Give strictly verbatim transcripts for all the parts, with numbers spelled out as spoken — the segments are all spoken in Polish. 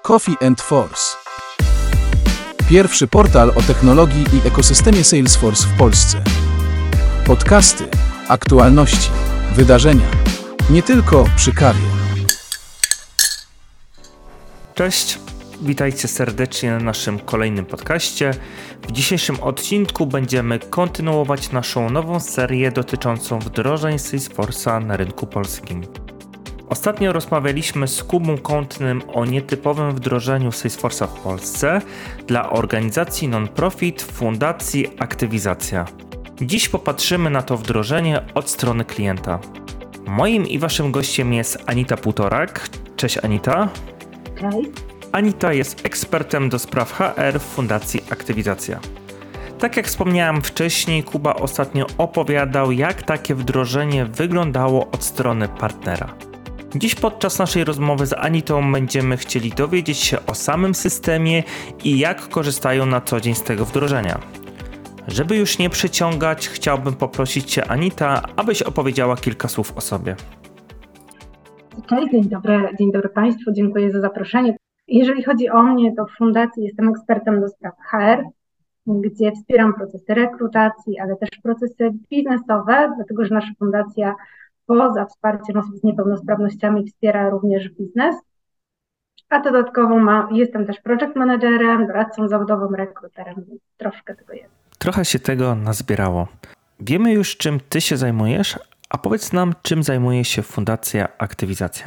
Coffee and Force. Pierwszy portal o technologii i ekosystemie Salesforce w Polsce. Podcasty, aktualności, wydarzenia. Nie tylko przy kawie. Cześć, witajcie serdecznie na naszym kolejnym podcaście. W dzisiejszym odcinku będziemy kontynuować naszą nową serię dotyczącą wdrożeń Salesforce'a na rynku polskim. Ostatnio rozmawialiśmy z Kubą Kątnym o nietypowym wdrożeniu Salesforce'a w Polsce dla organizacji non-profit Fundacji Aktywizacja. Dziś popatrzymy na to wdrożenie od strony klienta. Moim i waszym gościem jest Anita Półtorak. Cześć Anita. Cześć. Anita jest ekspertem do spraw H R w Fundacji Aktywizacja. Tak jak wspomniałem wcześniej, Kuba ostatnio opowiadał, jak takie wdrożenie wyglądało od strony partnera. Dziś podczas naszej rozmowy z Anitą będziemy chcieli dowiedzieć się o samym systemie i jak korzystają na co dzień z tego wdrożenia. Żeby już nie przyciągać, chciałbym poprosić Cię, Anita, abyś opowiedziała kilka słów o sobie. Cześć, dzień dobry, dzień dobry Państwu, dziękuję za zaproszenie. Jeżeli chodzi o mnie, to w Fundacji jestem ekspertem do spraw H R, gdzie wspieram procesy rekrutacji, ale też procesy biznesowe, dlatego że nasza fundacja poza wsparciem osób z niepełnosprawnościami wspiera również biznes, a dodatkowo ma, jestem też project managerem, doradcą zawodowym, rekruterem, więc troszkę tego jest. Trochę się tego nazbierało. Wiemy już, czym Ty się zajmujesz, a powiedz nam, czym zajmuje się Fundacja Aktywizacja.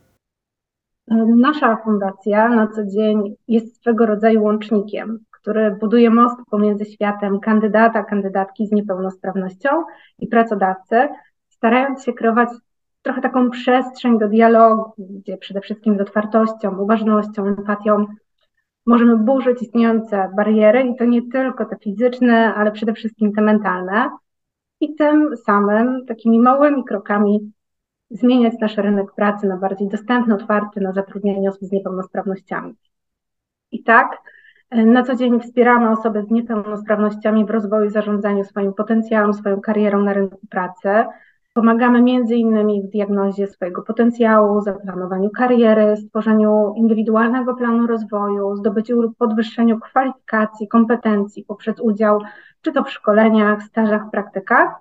Nasza fundacja na co dzień jest swego rodzaju łącznikiem, który buduje most pomiędzy światem kandydata, kandydatki z niepełnosprawnością i pracodawcy, starając się kreować trochę taką przestrzeń do dialogu, gdzie przede wszystkim z otwartością, uważnością, empatią możemy burzyć istniejące bariery i to nie tylko te fizyczne, ale przede wszystkim te mentalne i tym samym takimi małymi krokami zmieniać nasz rynek pracy na bardziej dostępny, otwarty na zatrudnienie osób z niepełnosprawnościami. I tak na co dzień wspieramy osoby z niepełnosprawnościami w rozwoju i zarządzaniu swoim potencjałem, swoją karierą na rynku pracy. Pomagamy między innymi w diagnozie swojego potencjału, zaplanowaniu kariery, stworzeniu indywidualnego planu rozwoju, zdobyciu lub podwyższeniu kwalifikacji, kompetencji poprzez udział czy to w szkoleniach, stażach, praktykach,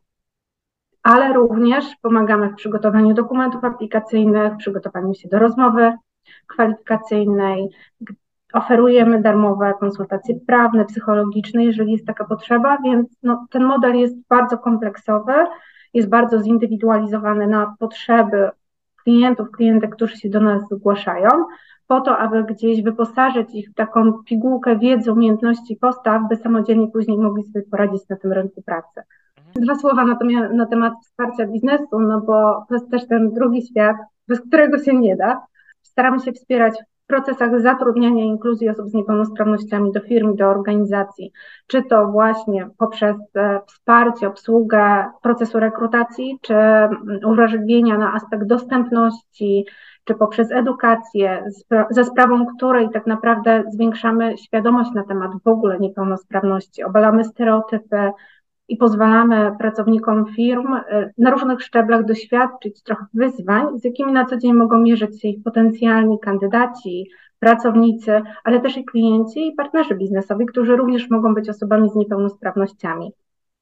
ale również pomagamy w przygotowaniu dokumentów aplikacyjnych, przygotowaniu się do rozmowy kwalifikacyjnej. Oferujemy darmowe konsultacje prawne, psychologiczne, jeżeli jest taka potrzeba, więc no, ten model jest bardzo kompleksowy, jest bardzo zindywidualizowany na potrzeby klientów, klientek, którzy się do nas zgłaszają, po to, aby gdzieś wyposażyć ich w taką pigułkę wiedzy, umiejętności, postaw, by samodzielnie później mogli sobie poradzić na tym rynku pracy. Dwa słowa natomiast na temat wsparcia biznesu, no bo to jest też ten drugi świat, bez którego się nie da. Staramy się wspierać w procesach zatrudniania i inkluzji osób z niepełnosprawnościami do firm, do organizacji, czy to właśnie poprzez wsparcie, obsługę procesu rekrutacji, czy uwrażliwienia na aspekt dostępności, czy poprzez edukację, za sprawą której tak naprawdę zwiększamy świadomość na temat w ogóle niepełnosprawności, obalamy stereotypy i pozwalamy pracownikom firm na różnych szczeblach doświadczyć trochę wyzwań, z jakimi na co dzień mogą mierzyć się ich potencjalni kandydaci, pracownicy, ale też i klienci i partnerzy biznesowi, którzy również mogą być osobami z niepełnosprawnościami.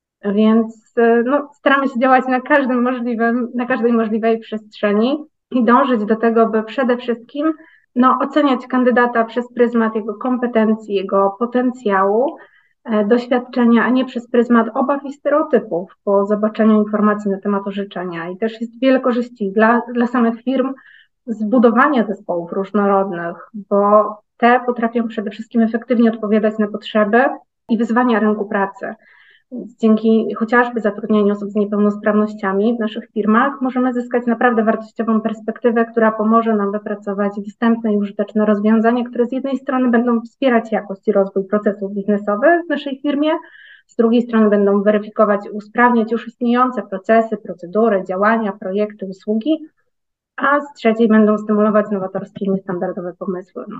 Więc no, staramy się działać na każdym możliwym, na każdej możliwej przestrzeni i dążyć do tego, by przede wszystkim no, oceniać kandydata przez pryzmat jego kompetencji, jego potencjału, doświadczenia, a nie przez pryzmat obaw i stereotypów po zobaczeniu informacji na temat orzeczenia. I też jest wiele korzyści dla, dla samych firm z budowania zespołów różnorodnych, bo te potrafią przede wszystkim efektywnie odpowiadać na potrzeby i wyzwania rynku pracy. Więc dzięki chociażby zatrudnieniu osób z niepełnosprawnościami w naszych firmach możemy zyskać naprawdę wartościową perspektywę, która pomoże nam wypracować dostępne i użyteczne rozwiązania, które z jednej strony będą wspierać jakość i rozwój procesów biznesowych w naszej firmie, z drugiej strony będą weryfikować i usprawniać już istniejące procesy, procedury, działania, projekty, usługi, a z trzeciej będą stymulować nowatorskie i niestandardowe pomysły. No.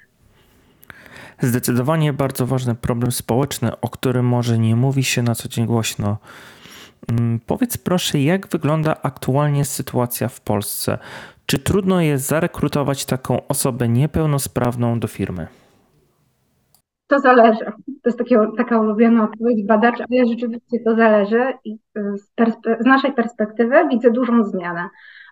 Zdecydowanie bardzo ważny problem społeczny, o którym może nie mówi się na co dzień głośno. Powiedz proszę, jak wygląda aktualnie sytuacja w Polsce? Czy trudno jest zarekrutować taką osobę niepełnosprawną do firmy? To zależy. To jest takie, taka ulubiona odpowiedź badacza, ale rzeczywiście to zależy i z, perspe- z naszej perspektywy widzę dużą zmianę,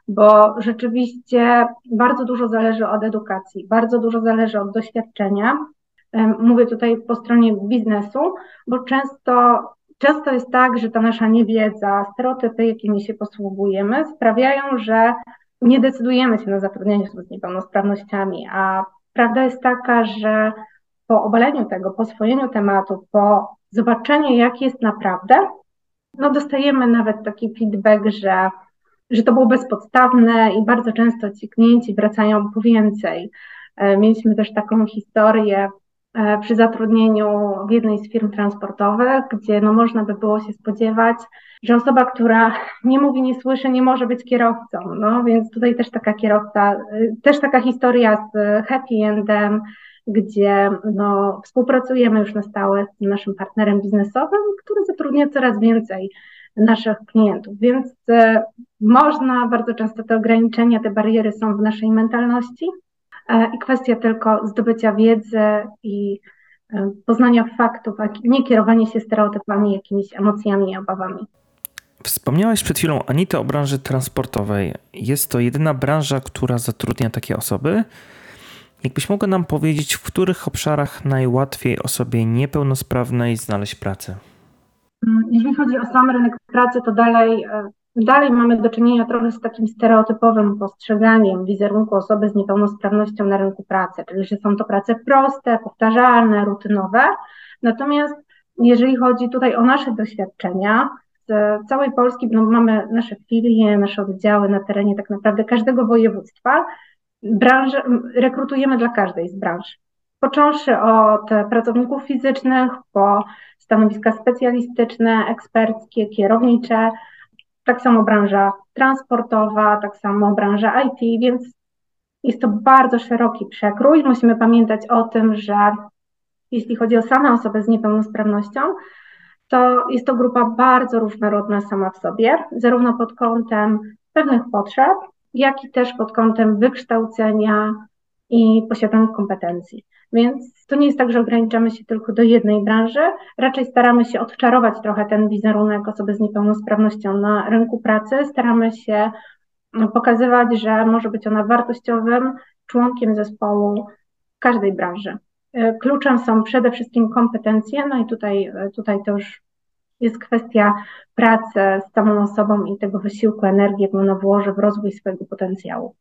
bo rzeczywiście bardzo dużo zależy od edukacji, bardzo dużo zależy od doświadczenia. Mówię tutaj po stronie biznesu, bo często, często jest tak, że ta nasza niewiedza, stereotypy, jakimi się posługujemy, sprawiają, że nie decydujemy się na zatrudnienie osób z niepełnosprawnościami, a prawda jest taka, że po obaleniu tego, po oswojeniu tematu, po zobaczeniu, jak jest naprawdę, no dostajemy nawet taki feedback, że, że to było bezpodstawne i bardzo często ci klienci wracają po więcej. Mieliśmy też taką historię przy zatrudnieniu w jednej z firm transportowych, gdzie no można by było się spodziewać, że osoba, która nie mówi, nie słyszy, nie może być kierowcą. No więc tutaj też taka kierowca, też taka historia z happy endem, gdzie no, współpracujemy już na stałe z naszym partnerem biznesowym, który zatrudnia coraz więcej naszych klientów, więc e, można, bardzo często te ograniczenia, te bariery są w naszej mentalności e, i kwestia tylko zdobycia wiedzy i e, poznania faktów, a nie kierowanie się stereotypami, jakimiś emocjami i obawami. Wspomniałaś przed chwilą, Anita, o branży transportowej. Jest to jedyna branża, która zatrudnia takie osoby. Jakbyś mogła nam powiedzieć, w których obszarach najłatwiej osobie niepełnosprawnej znaleźć pracę? Jeżeli chodzi o sam rynek pracy, to dalej, dalej mamy do czynienia trochę z takim stereotypowym postrzeganiem wizerunku osoby z niepełnosprawnością na rynku pracy, czyli że są to prace proste, powtarzalne, rutynowe. Natomiast jeżeli chodzi tutaj o nasze doświadczenia z całej Polski, no mamy nasze filie, nasze oddziały na terenie tak naprawdę każdego województwa, branże, rekrutujemy dla każdej z branż. Począwszy od pracowników fizycznych, po stanowiska specjalistyczne, eksperckie, kierownicze, tak samo branża transportowa, tak samo branża I T, więc jest to bardzo szeroki przekrój. Musimy pamiętać o tym, że jeśli chodzi o same osoby z niepełnosprawnością, to jest to grupa bardzo różnorodna sama w sobie, zarówno pod kątem pewnych potrzeb, jak i też pod kątem wykształcenia i posiadanych kompetencji. Więc to nie jest tak, że ograniczamy się tylko do jednej branży, raczej staramy się odczarować trochę ten wizerunek osoby z niepełnosprawnością na rynku pracy, staramy się pokazywać, że może być ona wartościowym członkiem zespołu w każdej branży. Kluczem są przede wszystkim kompetencje, no i tutaj, tutaj to już jest kwestia pracy z samą osobą i tego wysiłku, energii, jaką ona włoży w rozwój swojego potencjału.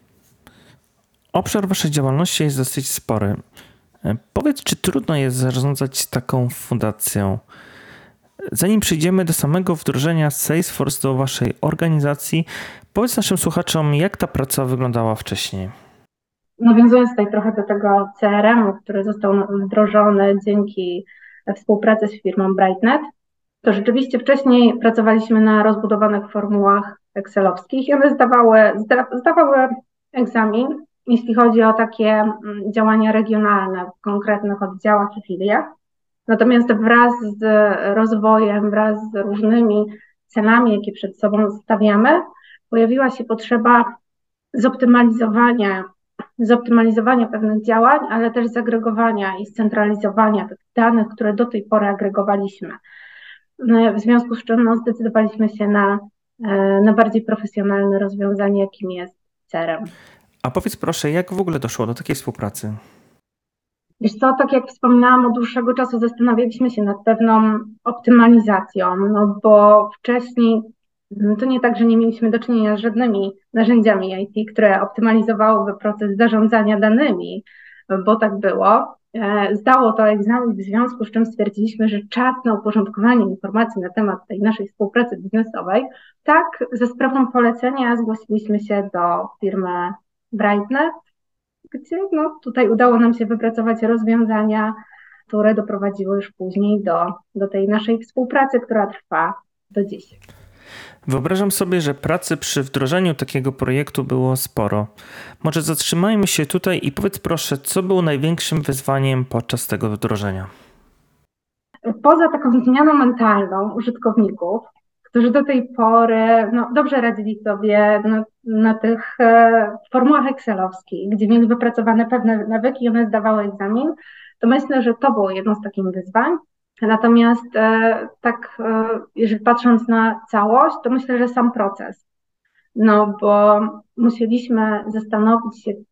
Obszar waszej działalności jest dosyć spory. Powiedz, czy trudno jest zarządzać taką fundacją? Zanim przejdziemy do samego wdrożenia Salesforce do waszej organizacji, powiedz naszym słuchaczom, jak ta praca wyglądała wcześniej. Nawiązując tutaj trochę do tego C R M-u, który został wdrożony dzięki współpracy z firmą Brightnet, to rzeczywiście wcześniej pracowaliśmy na rozbudowanych formułach excelowskich i one zdawały, zdawały egzamin, jeśli chodzi o takie działania regionalne w konkretnych oddziałach i filiach. Natomiast wraz z rozwojem, wraz z różnymi celami, jakie przed sobą stawiamy, pojawiła się potrzeba zoptymalizowania, zoptymalizowania pewnych działań, ale też zagregowania i scentralizowania tych danych, które do tej pory agregowaliśmy. W związku z czym no, zdecydowaliśmy się na, na bardziej profesjonalne rozwiązanie, jakim jest C R M. A powiedz proszę, jak w ogóle doszło do takiej współpracy? Wiesz co, tak jak wspominałam, od dłuższego czasu zastanawialiśmy się nad pewną optymalizacją, no bo wcześniej to nie tak, że nie mieliśmy do czynienia z żadnymi narzędziami I T, które optymalizowałyby proces zarządzania danymi, bo tak było. Zdało to egzamin, w związku z czym stwierdziliśmy, że czas na uporządkowanie informacji na temat tej naszej współpracy biznesowej. Tak, ze sprawą polecenia zgłosiliśmy się do firmy Brightnet, gdzie no, tutaj udało nam się wypracować rozwiązania, które doprowadziły już później do, do tej naszej współpracy, która trwa do dziś. Wyobrażam sobie, że pracy przy wdrożeniu takiego projektu było sporo. Może zatrzymajmy się tutaj i powiedz proszę, co było największym wyzwaniem podczas tego wdrożenia? Poza taką zmianą mentalną użytkowników, którzy do tej pory no, dobrze radzili sobie na, na tych e, formułach excelowskich, gdzie mieli wypracowane pewne nawyki i one zdawały egzamin, to myślę, że to było jedno z takich wyzwań. Natomiast e, tak, e, jeżeli patrząc na całość, to myślę, że sam proces, no bo musieliśmy zastanowić się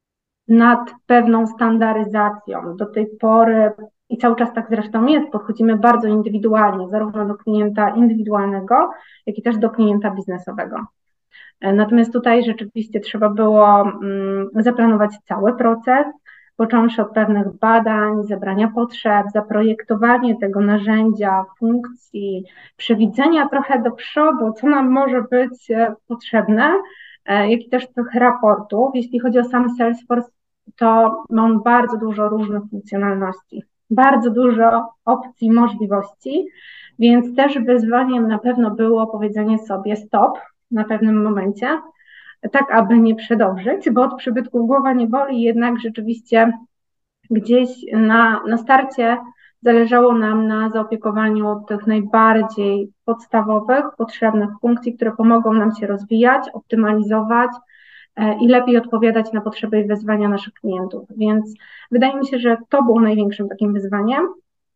nad pewną standaryzacją. Do tej pory i cały czas tak zresztą jest, podchodzimy bardzo indywidualnie, zarówno do klienta indywidualnego, jak i też do klienta biznesowego. Natomiast tutaj rzeczywiście trzeba było mm, zaplanować cały proces, począwszy od pewnych badań, zebrania potrzeb, zaprojektowanie tego narzędzia, funkcji, przewidzenia trochę do przodu, co nam może być potrzebne, jak i też tych raportów. Jeśli chodzi o sam Salesforce, to mam bardzo dużo różnych funkcjonalności, bardzo dużo opcji, możliwości, więc też wyzwaniem na pewno było powiedzenie sobie stop na pewnym momencie, tak aby nie przedobrzyć, bo od przybytków głowa nie boli, jednak rzeczywiście gdzieś na, na starcie zależało nam na zaopiekowaniu tych najbardziej podstawowych, potrzebnych funkcji, które pomogą nam się rozwijać, optymalizować i lepiej odpowiadać na potrzeby i wyzwania naszych klientów. Więc wydaje mi się, że to było największym takim wyzwaniem,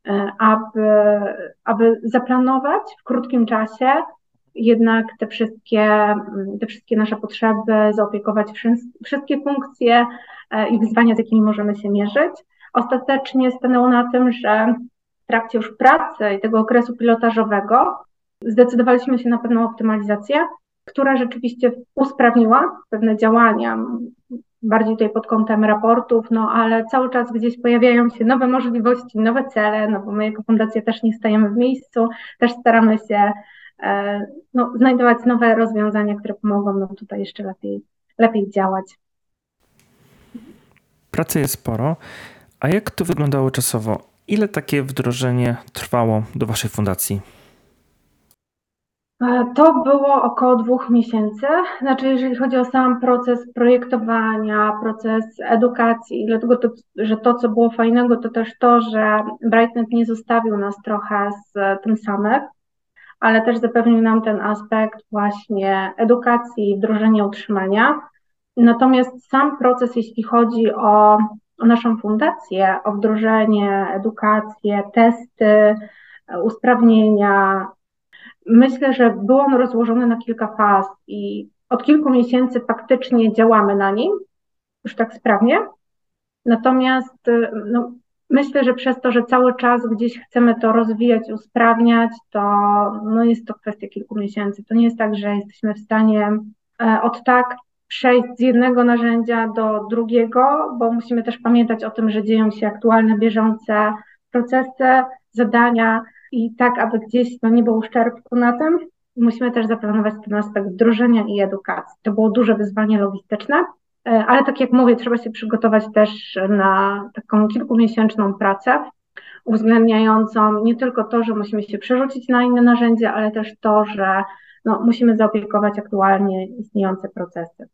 aby, aby zaplanować w krótkim czasie jednak te wszystkie, te wszystkie nasze potrzeby, zaopiekować wszystkie funkcje i wyzwania, z jakimi możemy się mierzyć. Ostatecznie stanęło na tym, że w trakcie już pracy i tego okresu pilotażowego zdecydowaliśmy się na pewną optymalizację, która rzeczywiście usprawniła pewne działania, bardziej tutaj pod kątem raportów, no ale cały czas gdzieś pojawiają się nowe możliwości, nowe cele, no bo my jako fundacja też nie stajemy w miejscu, też staramy się no, znajdować nowe rozwiązania, które pomogą nam tutaj jeszcze lepiej, lepiej działać. Pracy jest sporo, a jak to wyglądało czasowo? Ile takie wdrożenie trwało do waszej fundacji? To było około dwóch miesięcy, znaczy jeżeli chodzi o sam proces projektowania, proces edukacji, dlatego to, że to, co było fajnego, to też to, że Brightnet nie zostawił nas trochę z tym samych, ale też zapewnił nam ten aspekt właśnie edukacji, wdrożenia, utrzymania. Natomiast sam proces, jeśli chodzi o, o naszą fundację, o wdrożenie, edukację, testy, usprawnienia, myślę, że był on rozłożony na kilka faz i od kilku miesięcy faktycznie działamy na nim, już tak sprawnie. Natomiast no, myślę, że przez to, że cały czas gdzieś chcemy to rozwijać, usprawniać, to no jest to kwestia kilku miesięcy. To nie jest tak, że jesteśmy w stanie e, od tak przejść z jednego narzędzia do drugiego, bo musimy też pamiętać o tym, że dzieją się aktualne, bieżące procesy, zadania i tak, aby gdzieś no, nie było uszczerbku na tym, musimy też zaplanować ten aspekt wdrożenia i edukacji. To było duże wyzwanie logistyczne. Ale tak jak mówię, trzeba się przygotować też na taką kilkumiesięczną pracę, uwzględniającą nie tylko to, że musimy się przerzucić na inne narzędzia, ale też to, że no, musimy zaopiekować aktualnie istniejące procesy.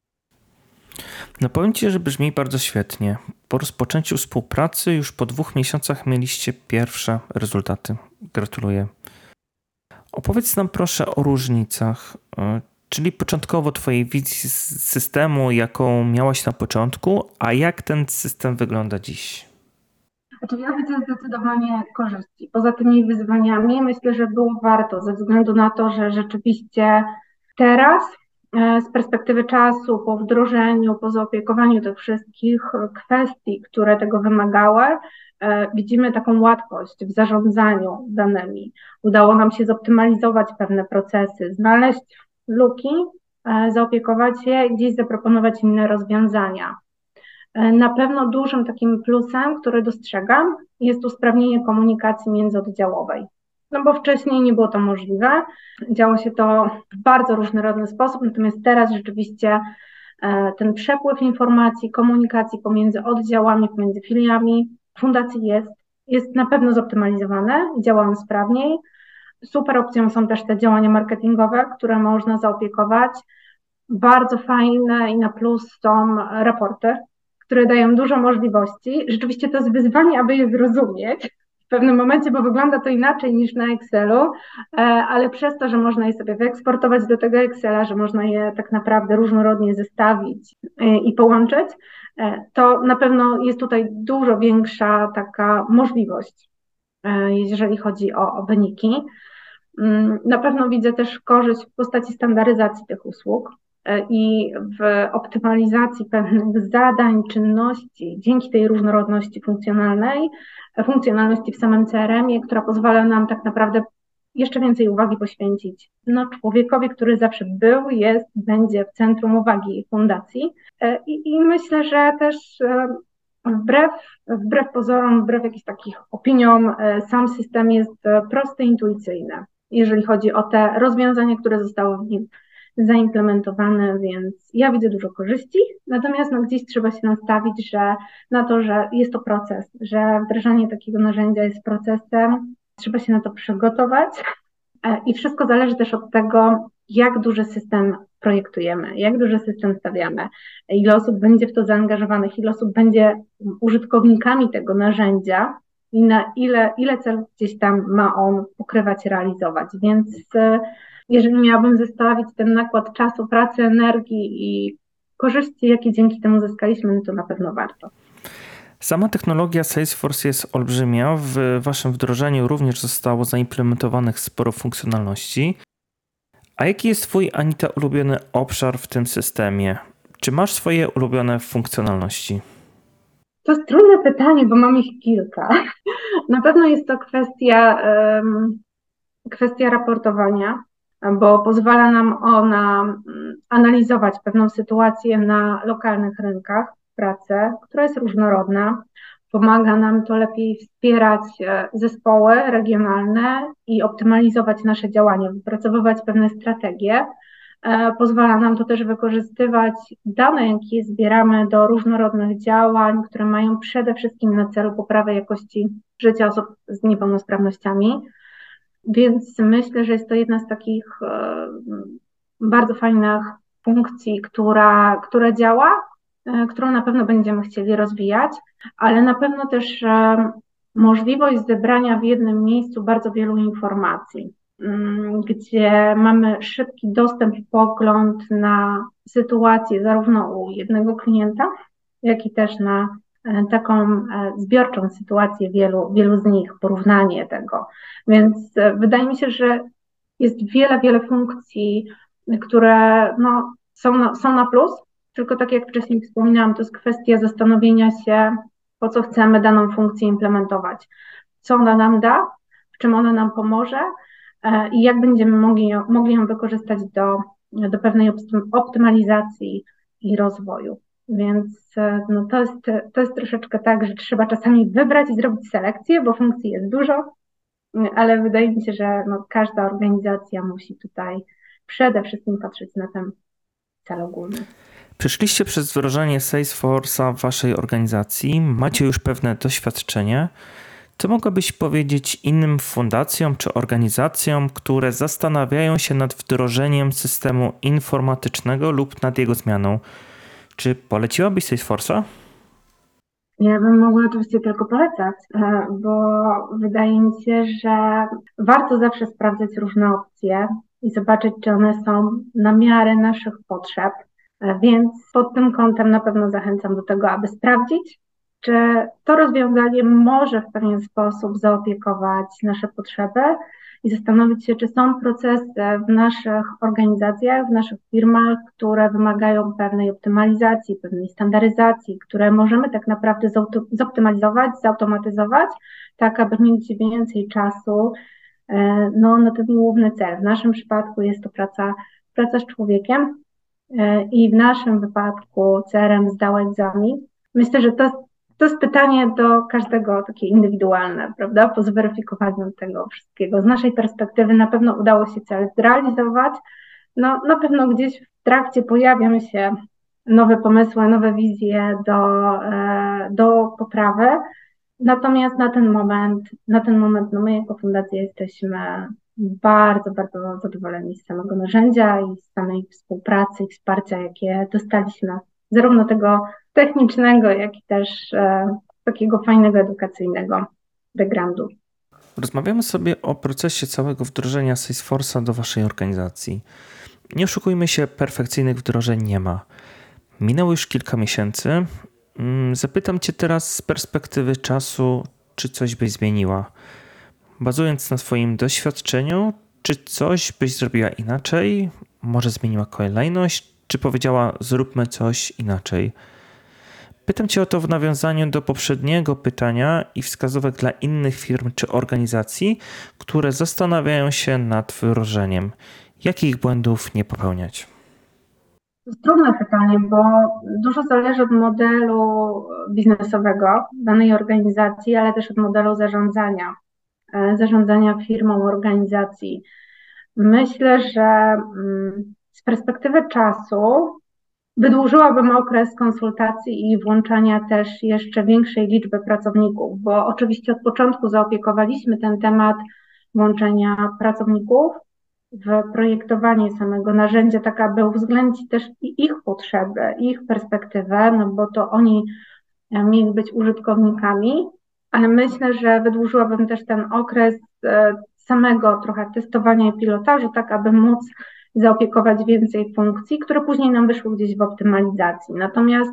No powiem Ci, że brzmi bardzo świetnie. Po rozpoczęciu współpracy już po dwóch miesiącach mieliście pierwsze rezultaty. Gratuluję. Opowiedz nam proszę o różnicach, czyli początkowo Twojej wizji systemu, jaką miałaś na początku, a jak ten system wygląda dziś? Znaczy ja widzę zdecydowanie korzyści. Poza tymi wyzwaniami myślę, że było warto, ze względu na to, że rzeczywiście teraz z perspektywy czasu, po wdrożeniu, po zaopiekowaniu tych wszystkich kwestii, które tego wymagały, widzimy taką łatwość w zarządzaniu danymi. Udało nam się zoptymalizować pewne procesy, znaleźć luki, zaopiekować je i gdzieś zaproponować inne rozwiązania. Na pewno dużym takim plusem, który dostrzegam, jest usprawnienie komunikacji międzyoddziałowej. No bo wcześniej nie było to możliwe, działo się to w bardzo różnorodny sposób, natomiast teraz rzeczywiście ten przepływ informacji, komunikacji pomiędzy oddziałami, pomiędzy filiami fundacji jest, jest na pewno zoptymalizowany, działa on sprawniej. Super opcją są też te działania marketingowe, które można zaopiekować. Bardzo fajne i na plus są raporty, które dają dużo możliwości. Rzeczywiście to jest wyzwanie, aby je zrozumieć, w pewnym momencie, bo wygląda to inaczej niż na Excelu, ale przez to, że można je sobie wyeksportować do tego Excela, że można je tak naprawdę różnorodnie zestawić i połączyć, to na pewno jest tutaj dużo większa taka możliwość, jeżeli chodzi o, o wyniki. Na pewno widzę też korzyść w postaci standaryzacji tych usług i w optymalizacji pewnych zadań, czynności dzięki tej różnorodności funkcjonalnej, funkcjonalności w samym C R M-ie, która pozwala nam tak naprawdę jeszcze więcej uwagi poświęcić no, człowiekowi, który zawsze był, jest, będzie w centrum uwagi fundacji. I, i myślę, że też wbrew, wbrew pozorom, wbrew jakichś takich opiniom, sam system jest prosty, intuicyjny, jeżeli chodzi o te rozwiązania, które zostały w nim zaimplementowane, więc ja widzę dużo korzyści, natomiast no, gdzieś trzeba się nastawić, że na to, że jest to proces, że wdrażanie takiego narzędzia jest procesem, trzeba się na to przygotować i wszystko zależy też od tego, jak duży system projektujemy, jak duży system stawiamy, ile osób będzie w to zaangażowanych, ile osób będzie użytkownikami tego narzędzia i na ile, ile celów gdzieś tam ma on pokrywać, realizować, więc jeżeli miałabym zestawić ten nakład czasu, pracy, energii i korzyści, jakie dzięki temu zyskaliśmy, no to na pewno warto. Sama technologia Salesforce jest olbrzymia. W waszym wdrożeniu również zostało zaimplementowanych sporo funkcjonalności. A jaki jest twój, Anita, ulubiony obszar w tym systemie? Czy masz swoje ulubione funkcjonalności? To jest trudne pytanie, bo mam ich kilka. Na pewno jest to kwestia, um, kwestia raportowania, bo pozwala nam ona analizować pewną sytuację na lokalnych rynkach pracy, która jest różnorodna. Pomaga nam to lepiej wspierać zespoły regionalne i optymalizować nasze działania, wypracowywać pewne strategie. Pozwala nam to też wykorzystywać dane, jakie zbieramy do różnorodnych działań, które mają przede wszystkim na celu poprawę jakości życia osób z niepełnosprawnościami. Więc myślę, że jest to jedna z takich bardzo fajnych funkcji, która, która działa, którą na pewno będziemy chcieli rozwijać, ale na pewno też możliwość zebrania w jednym miejscu bardzo wielu informacji, gdzie mamy szybki dostęp i pogląd na sytuację zarówno u jednego klienta, jak i też na taką zbiorczą sytuację wielu, wielu z nich, porównanie tego. Więc wydaje mi się, że jest wiele, wiele funkcji, które no, są, na, są na plus, tylko tak jak wcześniej wspominałam, to jest kwestia zastanowienia się, po co chcemy daną funkcję implementować, co ona nam da, w czym ona nam pomoże i jak będziemy mogli, mogli ją wykorzystać do, do pewnej optymalizacji i rozwoju. Więc no, to, jest, to jest troszeczkę tak, że trzeba czasami wybrać i zrobić selekcję, bo funkcji jest dużo, ale wydaje mi się, że no, każda organizacja musi tutaj przede wszystkim patrzeć na ten cel ogólny. Przeszliście przez wdrożenie Salesforce'a w waszej organizacji, macie już pewne doświadczenie. Co mogłabyś powiedzieć innym fundacjom czy organizacjom, które zastanawiają się nad wdrożeniem systemu informatycznego lub nad jego zmianą? Czy poleciłabyś Salesforce'a? Ja bym mogła oczywiście tylko polecać, bo wydaje mi się, że warto zawsze sprawdzać różne opcje i zobaczyć, czy one są na miarę naszych potrzeb. Więc pod tym kątem na pewno zachęcam do tego, aby sprawdzić, czy to rozwiązanie może w pewien sposób zaopiekować nasze potrzeby i zastanowić się, czy są procesy w naszych organizacjach, w naszych firmach, które wymagają pewnej optymalizacji, pewnej standaryzacji, które możemy tak naprawdę zoptymalizować, zautomatyzować, tak aby mieć więcej czasu no, na ten główny cel. W naszym przypadku jest to praca, praca z człowiekiem i w naszym wypadku C R M zdał egzamin. Myślę, że to To jest pytanie do każdego takie indywidualne, prawda? Po zweryfikowaniu tego wszystkiego. Z naszej perspektywy na pewno udało się cel zrealizować. No, na pewno gdzieś w trakcie pojawią się nowe pomysły, nowe wizje do, do poprawy. Natomiast na ten moment, na ten moment no my jako fundacja jesteśmy bardzo, bardzo zadowoleni z samego narzędzia i z samej współpracy i wsparcia, jakie dostaliśmy. Zarówno tego technicznego, jak i też e, takiego fajnego, edukacyjnego backgroundu. Rozmawiamy sobie o procesie całego wdrożenia Salesforce'a do Waszej organizacji. Nie oszukujmy się, perfekcyjnych wdrożeń nie ma. Minęło już kilka miesięcy. Zapytam Cię teraz z perspektywy czasu, czy coś byś zmieniła. Bazując na Twoim doświadczeniu, czy coś byś zrobiła inaczej? Może zmieniła kolejność? Czy powiedziała, zróbmy coś inaczej? Pytam Cię o to w nawiązaniu do poprzedniego pytania i wskazówek dla innych firm czy organizacji, które zastanawiają się nad wdrożeniem. Jakich błędów nie popełniać? To jest trudne pytanie, bo dużo zależy od modelu biznesowego danej organizacji, ale też od modelu zarządzania, zarządzania firmą, organizacji. Myślę, że z perspektywy czasu wydłużyłabym okres konsultacji i włączania też jeszcze większej liczby pracowników, bo oczywiście od początku zaopiekowaliśmy ten temat włączenia pracowników w projektowanie samego narzędzia, tak aby uwzględnić też i ich potrzeby, ich perspektywę, no bo to oni mieli być użytkownikami, ale myślę, że wydłużyłabym też ten okres samego trochę testowania i pilotażu, tak aby móc zaopiekować więcej funkcji, które później nam wyszły gdzieś w optymalizacji. Natomiast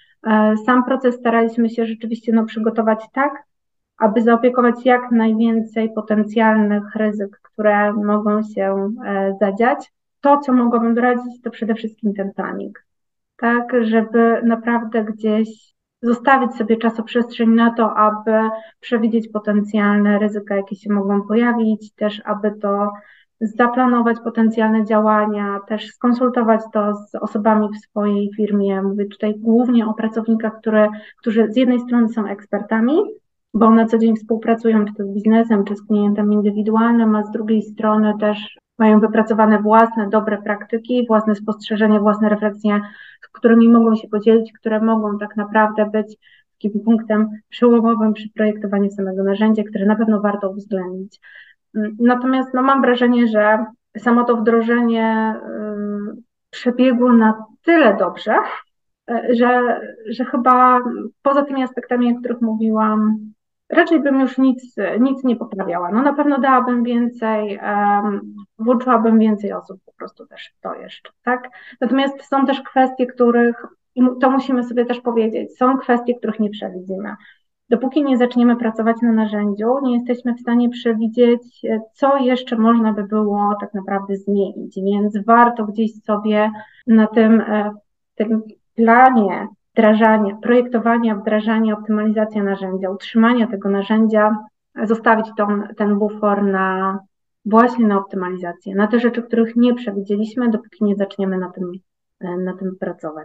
sam proces staraliśmy się rzeczywiście no, przygotować tak, aby zaopiekować jak najwięcej potencjalnych ryzyk, które mogą się zadziać. To, co mogłabym doradzić, to przede wszystkim ten planning, tak, żeby naprawdę gdzieś zostawić sobie czasoprzestrzeń na to, aby przewidzieć potencjalne ryzyka, jakie się mogą pojawić, też aby to zaplanować potencjalne działania, też skonsultować to z osobami w swojej firmie. Mówię tutaj głównie o pracownikach, które, którzy z jednej strony są ekspertami, bo na co dzień współpracują czy to z biznesem, czy z klientem indywidualnym, a z drugiej strony też mają wypracowane własne dobre praktyki, własne spostrzeżenia, własne refleksje, którymi mogą się podzielić, które mogą tak naprawdę być takim punktem przełomowym przy projektowaniu samego narzędzia, które na pewno warto uwzględnić. Natomiast no, mam wrażenie, że samo to wdrożenie y, przebiegło na tyle dobrze, y, że, że chyba poza tymi aspektami, o których mówiłam, raczej bym już nic, nic nie poprawiała. No na pewno dałabym więcej, um, włączyłabym więcej osób po prostu też w to jeszcze, tak? Natomiast są też kwestie, których, i to musimy sobie też powiedzieć, są kwestie, których nie przewidzimy. Dopóki nie zaczniemy pracować na narzędziu, nie jesteśmy w stanie przewidzieć, co jeszcze można by było tak naprawdę zmienić, więc warto gdzieś sobie na tym, tym planie wdrażania, projektowania, wdrażania, optymalizacja narzędzia, utrzymania tego narzędzia, zostawić tą, ten bufor na właśnie na optymalizację, na te rzeczy, których nie przewidzieliśmy, dopóki nie zaczniemy na tym, na tym pracować.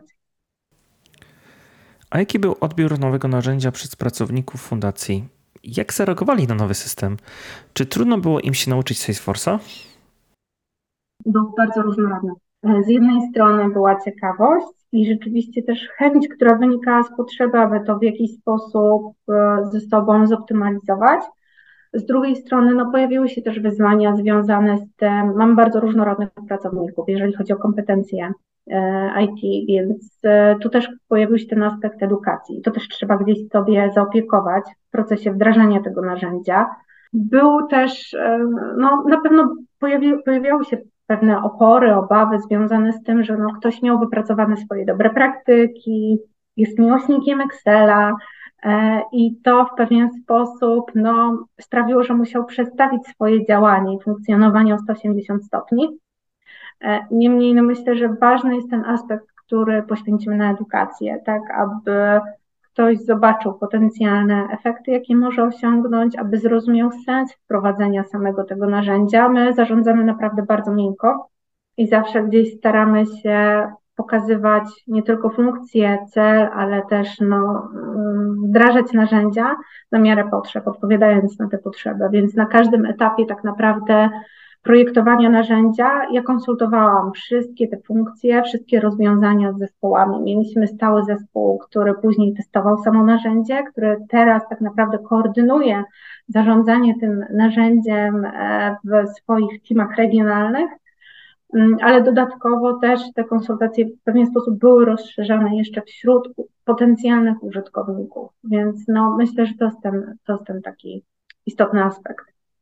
A jaki był odbiór nowego narzędzia przez pracowników fundacji? Jak zareagowali na nowy system? Czy trudno było im się nauczyć Salesforce'a? Był bardzo różnorodny. Z jednej strony była ciekawość i rzeczywiście też chęć, która wynikała z potrzeby, aby to w jakiś sposób ze sobą zoptymalizować. Z drugiej strony no, pojawiły się też wyzwania związane z tym, mam bardzo różnorodnych pracowników, jeżeli chodzi o kompetencje I T, więc tu też pojawił się ten aspekt edukacji. To też trzeba gdzieś sobie zaopiekować w procesie wdrażania tego narzędzia. Był też, no na pewno pojawi, pojawiały się pewne opory, obawy związane z tym, że no, ktoś miał wypracowane swoje dobre praktyki, jest miłośnikiem Excela i to w pewien sposób no, sprawiło, że musiał przestawić swoje działanie i funkcjonowanie o sto osiemdziesiąt stopni. Niemniej no myślę, że ważny jest ten aspekt, który poświęcimy na edukację, tak aby ktoś zobaczył potencjalne efekty, jakie może osiągnąć, aby zrozumiał sens wprowadzenia samego tego narzędzia. My zarządzamy naprawdę bardzo miękko i zawsze gdzieś staramy się pokazywać nie tylko funkcje, cel, ale też no, wdrażać narzędzia na miarę potrzeb, odpowiadając na te potrzeby, więc na każdym etapie tak naprawdę projektowania narzędzia ja konsultowałam wszystkie te funkcje, wszystkie rozwiązania z zespołami. Mieliśmy stały zespół, który później testował samo narzędzie, który teraz tak naprawdę koordynuje zarządzanie tym narzędziem w swoich teamach regionalnych, ale dodatkowo też te konsultacje w pewien sposób były rozszerzane jeszcze wśród potencjalnych użytkowników, więc no myślę, że to jest ten, to jest ten taki istotny aspekt.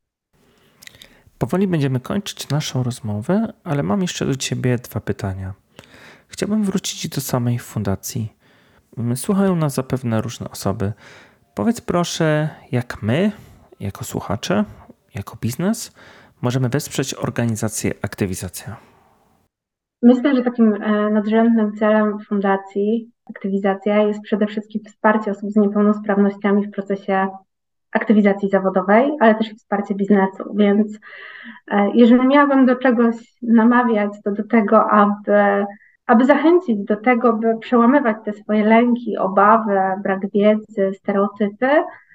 Powoli będziemy kończyć naszą rozmowę, ale mam jeszcze do Ciebie dwa pytania. Chciałbym wrócić do samej fundacji. Słuchają nas zapewne różne osoby. Powiedz proszę, jak my, jako słuchacze, jako biznes, możemy wesprzeć organizację Aktywizacja? Myślę, że takim nadrzędnym celem fundacji Aktywizacja jest przede wszystkim wsparcie osób z niepełnosprawnościami w procesie aktywizacji zawodowej, ale też wsparcie biznesu, więc jeżeli miałabym do czegoś namawiać, to do tego, aby, aby zachęcić do tego, by przełamywać te swoje lęki, obawy, brak wiedzy, stereotypy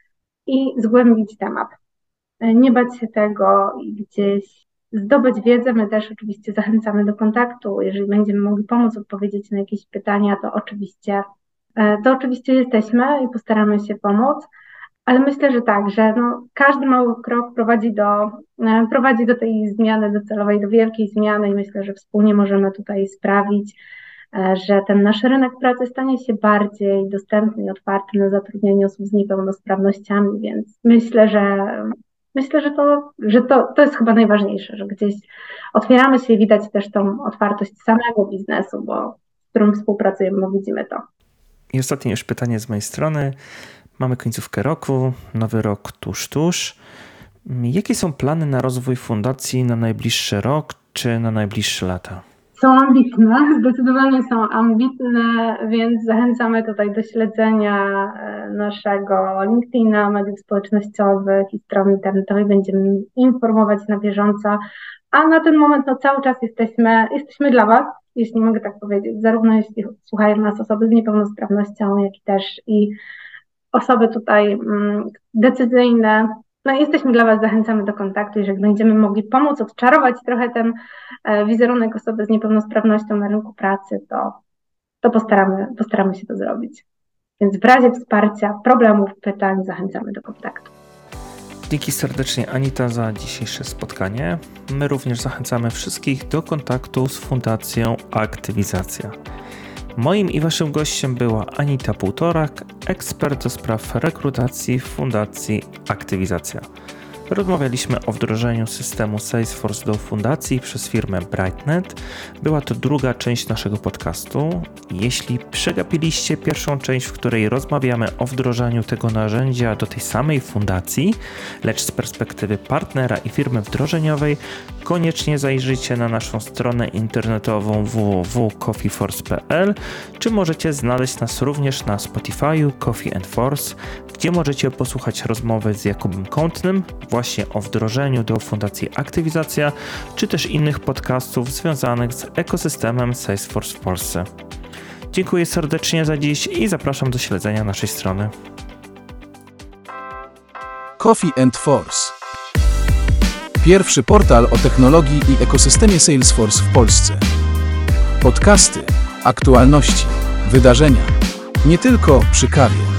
i zgłębić temat. Nie bać się tego i gdzieś zdobyć wiedzę. My też oczywiście zachęcamy do kontaktu. Jeżeli będziemy mogli pomóc odpowiedzieć na jakieś pytania, to oczywiście, to oczywiście jesteśmy i postaramy się pomóc. Ale myślę, że tak, że no, każdy mały krok prowadzi do, prowadzi do tej zmiany docelowej, do wielkiej zmiany i myślę, że wspólnie możemy tutaj sprawić, że ten nasz rynek pracy stanie się bardziej dostępny i otwarty na zatrudnienie osób z niepełnosprawnościami, więc myślę, że myślę, że to, że to, to jest chyba najważniejsze, że gdzieś otwieramy się i widać też tą otwartość samego biznesu, bo z którym współpracujemy, bo widzimy to. I ostatnie już pytanie z mojej strony. Mamy końcówkę roku, nowy rok tuż, tuż. Jakie są plany na rozwój fundacji na najbliższy rok czy na najbliższe lata? Są ambitne, zdecydowanie są ambitne, więc zachęcamy tutaj do śledzenia naszego LinkedIna, mediów społecznościowych i strony internetowej. Będziemy informować na bieżąco, a na ten moment no, cały czas jesteśmy, jesteśmy dla Was, jeśli mogę tak powiedzieć, zarówno jeśli słuchają nas osoby z niepełnosprawnością, jak i też i osoby tutaj mm, decyzyjne. No jesteśmy dla Was, zachęcamy do kontaktu. Jeżeli będziemy mogli pomóc odczarować trochę ten e, wizerunek osoby z niepełnosprawnością na rynku pracy, to, to postaramy, postaramy się to zrobić. Więc w razie wsparcia, problemów, pytań zachęcamy do kontaktu. Dzięki serdecznie Anita za dzisiejsze spotkanie. My również zachęcamy wszystkich do kontaktu z Fundacją Aktywizacja. Moim i Waszym gościem była Anita Półtorak, ekspert do spraw rekrutacji w Fundacji Aktywizacja. Rozmawialiśmy o wdrożeniu systemu Salesforce do fundacji przez firmę Brightnet. Była to druga część naszego podcastu. Jeśli przegapiliście pierwszą część, w której rozmawiamy o wdrożeniu tego narzędzia do tej samej fundacji, lecz z perspektywy partnera i firmy wdrożeniowej, koniecznie zajrzyjcie na naszą stronę internetową w w w kropka coffee force kropka p l, czy możecie znaleźć nas również na Spotify'u Coffee and Force, gdzie możecie posłuchać rozmowy z Jakubem Kątnym właśnie o wdrożeniu do Fundacji Aktywizacja, czy też innych podcastów związanych z ekosystemem Salesforce w Polsce. Dziękuję serdecznie za dziś i zapraszam do śledzenia naszej strony. Coffee and Force. Pierwszy portal o technologii i ekosystemie Salesforce w Polsce. Podcasty, aktualności, wydarzenia. Nie tylko przy kawie.